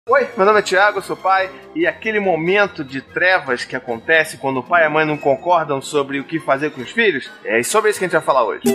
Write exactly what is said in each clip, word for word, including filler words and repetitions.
Oi, meu nome é Thiago, eu sou pai, e aquele momento de trevas que acontece quando o pai e a mãe não concordam sobre o que fazer com os filhos, é sobre isso que a gente vai falar hoje.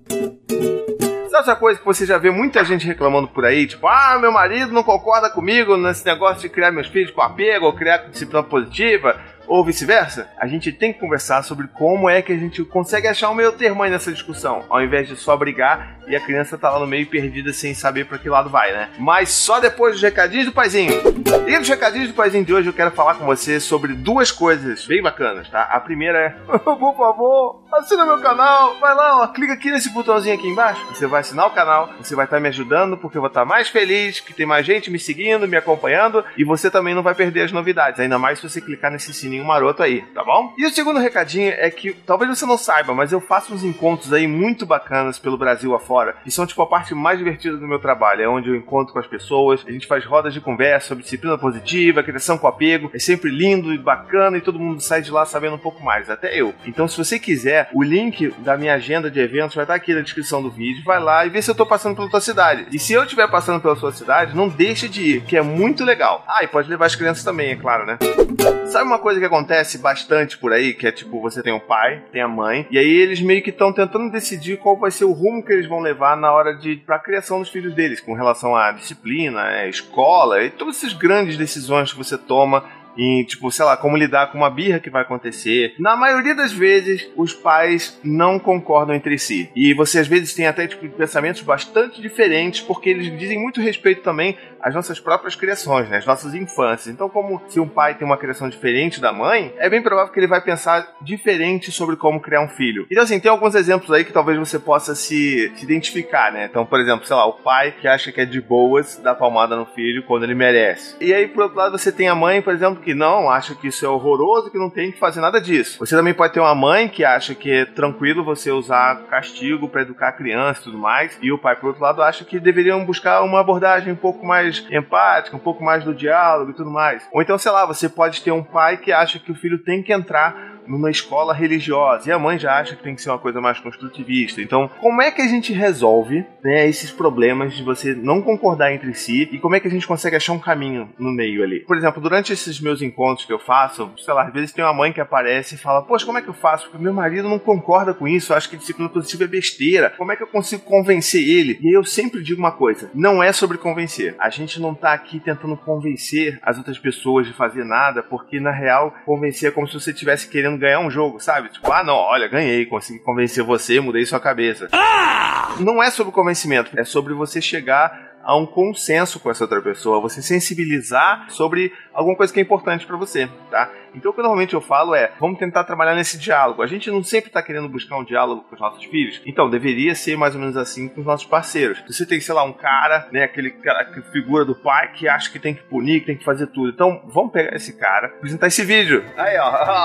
Sabe essa coisa que você já vê muita gente reclamando por aí, tipo, ah, meu marido não concorda comigo nesse negócio de criar meus filhos com apego, ou criar com disciplina positiva, ou vice-versa? A gente tem que conversar sobre como é que a gente consegue achar um meio termo aí nessa discussão, ao invés de só brigar e a criança tá lá no meio perdida sem saber pra que lado vai, né? Mas só depois dos recadinhos do paizinho. E dos recadinhos do paizinho de hoje eu quero falar com você sobre duas coisas bem bacanas, tá? A primeira é, por favor, assina meu canal, vai lá, ó, clica aqui nesse botãozinho aqui embaixo, você vai assinar o canal, você vai estar me ajudando porque eu vou estar mais feliz, que tem mais gente me seguindo, me acompanhando, e você também não vai perder as novidades, ainda mais se você clicar nesse sininho maroto aí, tá bom? E o segundo recadinho é que, talvez você não saiba, mas eu faço uns encontros aí muito bacanas pelo Brasil afora, e são tipo a parte mais divertida do meu trabalho, é onde eu encontro com as pessoas, a gente faz rodas de conversa sobre disciplina positiva, criação com apego, é sempre lindo e bacana e todo mundo sai de lá sabendo um pouco mais, até eu. Então se você quiser, o link da minha agenda de eventos vai estar aqui na descrição do vídeo, vai lá e vê se eu tô passando pela tua cidade. E se eu estiver passando pela sua cidade, não deixe de ir, que é muito legal. Ah, e pode levar as crianças também, é claro, né? Sabe uma coisa que acontece bastante por aí, que é tipo, você tem o pai, tem a mãe, e aí eles meio que estão tentando decidir qual vai ser o rumo que eles vão levar na hora de, pra criação dos filhos deles, com relação à disciplina, à escola, e todas essas grandes decisões que você toma, e, tipo, sei lá, como lidar com uma birra que vai acontecer. Na maioria das vezes, os pais não concordam entre si. E você, às vezes, tem até, tipo, pensamentos bastante diferentes, porque eles dizem muito respeito também às nossas próprias criações, né? Às nossas infâncias. Então, como se um pai tem uma criação diferente da mãe, é bem provável que ele vai pensar diferente sobre como criar um filho. Então, assim, tem alguns exemplos aí que talvez você possa se, se identificar, né? Então, por exemplo, sei lá, o pai que acha que é de boas dar palmada no filho quando ele merece. E aí, por outro lado, você tem a mãe, por exemplo, que não acha que isso é horroroso, que não tem que fazer nada disso. Você também pode ter uma mãe que acha que é tranquilo você usar castigo para educar a criança e tudo mais, e o pai, por outro lado, acha que deveriam buscar uma abordagem um pouco mais empática, um pouco mais do diálogo e tudo mais. Ou então, sei lá, você pode ter um pai que acha que o filho tem que entrar numa escola religiosa, e a mãe já acha que tem que ser uma coisa mais construtivista. Então, como é que a gente resolve, né, esses problemas de você não concordar entre si, e como é que a gente consegue achar um caminho no meio ali? Por exemplo, durante esses meus encontros que eu faço, sei lá, às vezes tem uma mãe que aparece e fala, poxa, como é que eu faço? Porque meu marido não concorda com isso, acha que disciplina positiva é besteira, como é que eu consigo convencer ele? E aí eu sempre digo uma coisa, não é sobre convencer. A gente não tá aqui tentando convencer as outras pessoas de fazer nada, porque na real, convencer é como se você estivesse querendo ganhar um jogo, sabe? Tipo, ah não, olha, ganhei, consegui convencer você, mudei sua cabeça. Ah! Não é sobre convencimento, é sobre você chegar a um consenso com essa outra pessoa, você sensibilizar sobre alguma coisa que é importante pra você, tá? Então o que normalmente eu falo é, vamos tentar trabalhar nesse diálogo. A gente não sempre tá querendo buscar um diálogo com os nossos filhos, então deveria ser mais ou menos assim com os nossos parceiros. Você tem, sei lá, um cara, né, aquele cara, aquela figura do pai que acha que tem que punir, que tem que fazer tudo. Então vamos pegar esse cara, apresentar esse vídeo. Aí,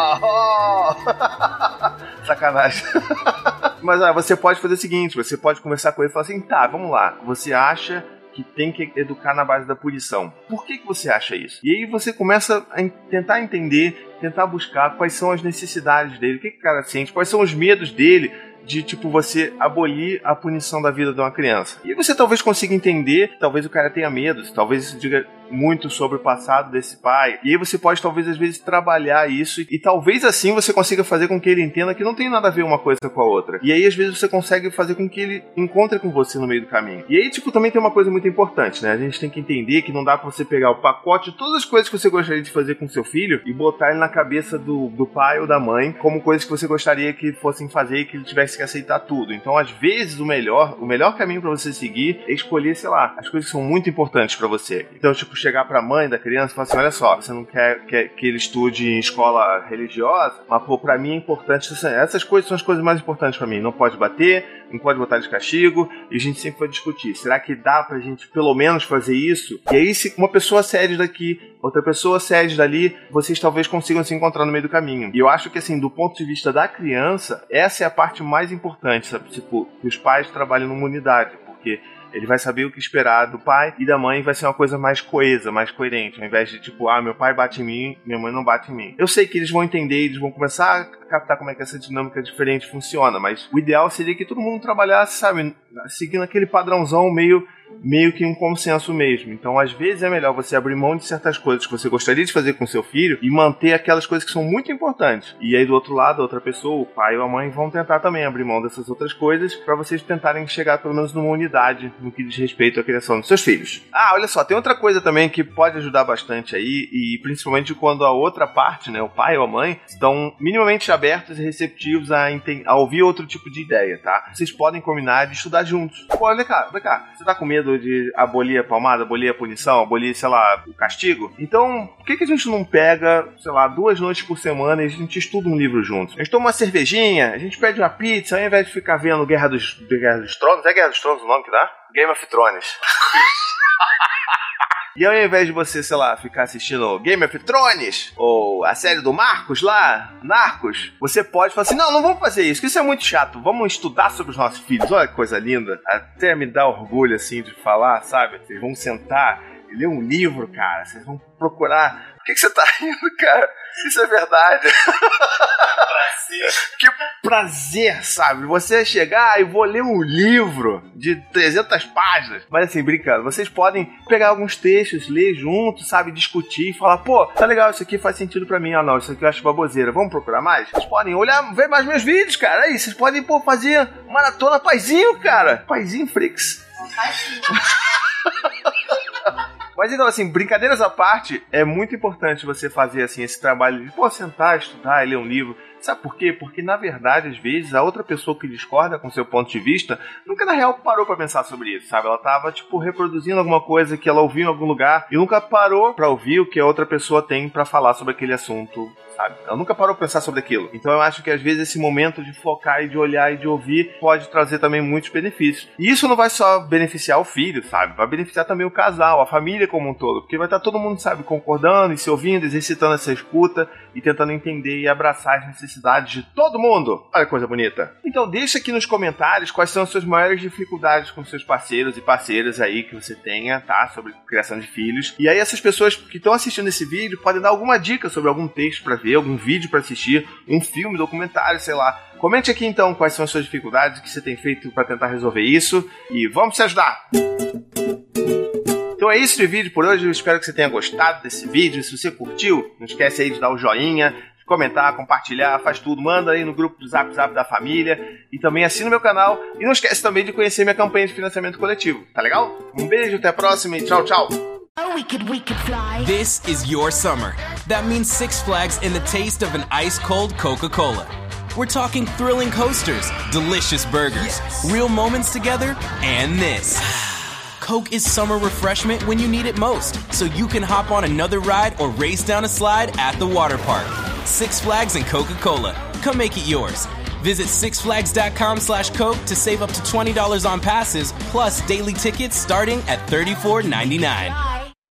ó. Sacanagem. Mas ah, você pode fazer o seguinte, você pode conversar com ele e falar assim, tá, vamos lá, você acha que tem que educar na base da punição. Por que que você acha isso? E aí você começa a tentar entender, tentar buscar quais são as necessidades dele, o que que o cara sente, quais são os medos dele de, tipo, você abolir a punição da vida de uma criança. E aí você talvez consiga entender, talvez o cara tenha medo, talvez isso diga muito sobre o passado desse pai. E aí você pode, talvez, às vezes, trabalhar isso e, e talvez assim você consiga fazer com que ele entenda que não tem nada a ver uma coisa com a outra. E aí, às vezes, você consegue fazer com que ele encontre com você no meio do caminho. E aí, tipo, também tem uma coisa muito importante, né? A gente tem que entender que não dá pra você pegar o pacote de todas as coisas que você gostaria de fazer com seu filho e botar ele na cabeça do, do pai ou da mãe como coisas que você gostaria que fossem fazer e que ele tivesse que aceitar tudo. Então, às vezes, o melhor, o melhor caminho pra você seguir é escolher, sei lá, as coisas que são muito importantes pra você. Então, tipo, chegar pra mãe da criança e falar assim, olha só, você não quer, quer que ele estude em escola religiosa, mas, pô, pra mim é importante, essas coisas são as coisas mais importantes pra mim. Não pode bater, não pode botar de castigo, e a gente sempre vai discutir. Será que dá pra gente, pelo menos, fazer isso? E aí, se uma pessoa cede daqui, outra pessoa cede dali, vocês talvez consigam se encontrar no meio do caminho. E eu acho que, assim, do ponto de vista da criança, essa é a parte mais importante, sabe? Tipo, que os pais trabalhem numa unidade, porque ele vai saber o que esperar do pai e da mãe, vai ser uma coisa mais coesa, mais coerente, ao invés de tipo, ah, meu pai bate em mim, minha mãe não bate em mim. Eu sei que eles vão entender, eles vão começar a captar como é que essa dinâmica diferente funciona, mas o ideal seria que todo mundo trabalhasse, sabe, seguindo aquele padrãozão meio, meio que um consenso mesmo. Então, às vezes, é melhor você abrir mão de certas coisas que você gostaria de fazer com seu filho e manter aquelas coisas que são muito importantes. E aí, do outro lado, a outra pessoa, o pai ou a mãe, vão tentar também abrir mão dessas outras coisas para vocês tentarem chegar, pelo menos, numa unidade no que diz respeito à criação dos seus filhos. Ah, olha só, tem outra coisa também que pode ajudar bastante aí, e principalmente quando a outra parte, né, o pai ou a mãe, estão minimamente abertos e receptivos a, a ouvir outro tipo de ideia, tá? Vocês podem combinar de estudar juntos. Pô, olha cá, olha cá, você tá com medo de abolir a palmada, abolir a punição, abolir, sei lá, o castigo? Então, por que que a gente não pega, sei lá, duas noites por semana e a gente estuda um livro juntos? A gente toma uma cervejinha, a gente pede uma pizza, ao invés de ficar vendo Guerra dos, Guerra dos Tronos, é Guerra dos Tronos o nome que dá? Game of Thrones. E ao invés de você, sei lá, ficar assistindo Game of Thrones, ou a série do Marcos lá, Narcos, você pode falar assim, não, não vamos fazer isso, que isso é muito chato, vamos estudar sobre os nossos filhos. Olha que coisa linda, até me dá orgulho, assim, de falar, sabe? Vocês vão sentar e ler um livro, cara, vocês vão procurar... Por que, que você tá rindo, cara? Isso é verdade. Prazer. Que prazer, sabe? Você chegar e vou ler um livro de trezentas páginas. Mas assim, brincando, vocês podem pegar alguns textos, ler junto, sabe? Discutir e falar, pô, tá legal, isso aqui faz sentido pra mim. Ah, não, isso aqui eu acho baboseira. Vamos procurar mais? Vocês podem olhar, ver mais meus vídeos, cara. Aí, vocês podem, pô, fazer maratona paizinho, cara. Paizinho Freaks. Paizinho. Mas então, assim, brincadeiras à parte, é muito importante você fazer, assim, esse trabalho de, pô, sentar, estudar, ler um livro. Sabe por quê? Porque, na verdade, às vezes, a outra pessoa que discorda com seu ponto de vista, nunca, na real, parou pra pensar sobre isso, sabe? Ela tava, tipo, reproduzindo alguma coisa que ela ouviu em algum lugar e nunca parou pra ouvir o que a outra pessoa tem pra falar sobre aquele assunto, sabe? Ela nunca parou pra pensar sobre aquilo. Então, eu acho que, às vezes, esse momento de focar e de olhar e de ouvir pode trazer também muitos benefícios. E isso não vai só beneficiar o filho, sabe? Vai beneficiar também o casal, a família como um todo. Porque vai estar todo mundo, sabe, concordando e se ouvindo, exercitando essa escuta e tentando entender e abraçar as necessidades de todo mundo. Olha que coisa bonita. Então deixa aqui nos comentários quais são as suas maiores dificuldades com seus parceiros e parceiras aí que você tenha, tá? Sobre criação de filhos. E aí essas pessoas que estão assistindo esse vídeo podem dar alguma dica sobre algum texto pra ver, algum vídeo pra assistir, um filme, documentário, sei lá. Comente aqui então quais são as suas dificuldades, o que você tem feito pra tentar resolver isso e vamos te ajudar! Então é isso de vídeo por hoje, eu espero que você tenha gostado desse vídeo. Se você curtiu, não esquece aí de dar o joinha, de comentar, compartilhar, faz tudo, manda aí no grupo do Zap Zap da família e também assina o meu canal e não esquece também de conhecer minha campanha de financiamento coletivo, tá legal? Um beijo, até a próxima e tchau, tchau! We could, we could fly. This is your summer. That means Six Flags and the taste of an ice-cold Coca-Cola. We're talking thrilling coasters, delicious burgers, yes. Real moments together, and this. Coke is summer refreshment when you need it most, so you can hop on another ride or race down a slide at the water park. Six Flags and Coca-Cola. Come make it yours. Visit sixflags.com slash Coke to save up to twenty dollars on passes, plus daily tickets starting at thirty-four ninety-nine.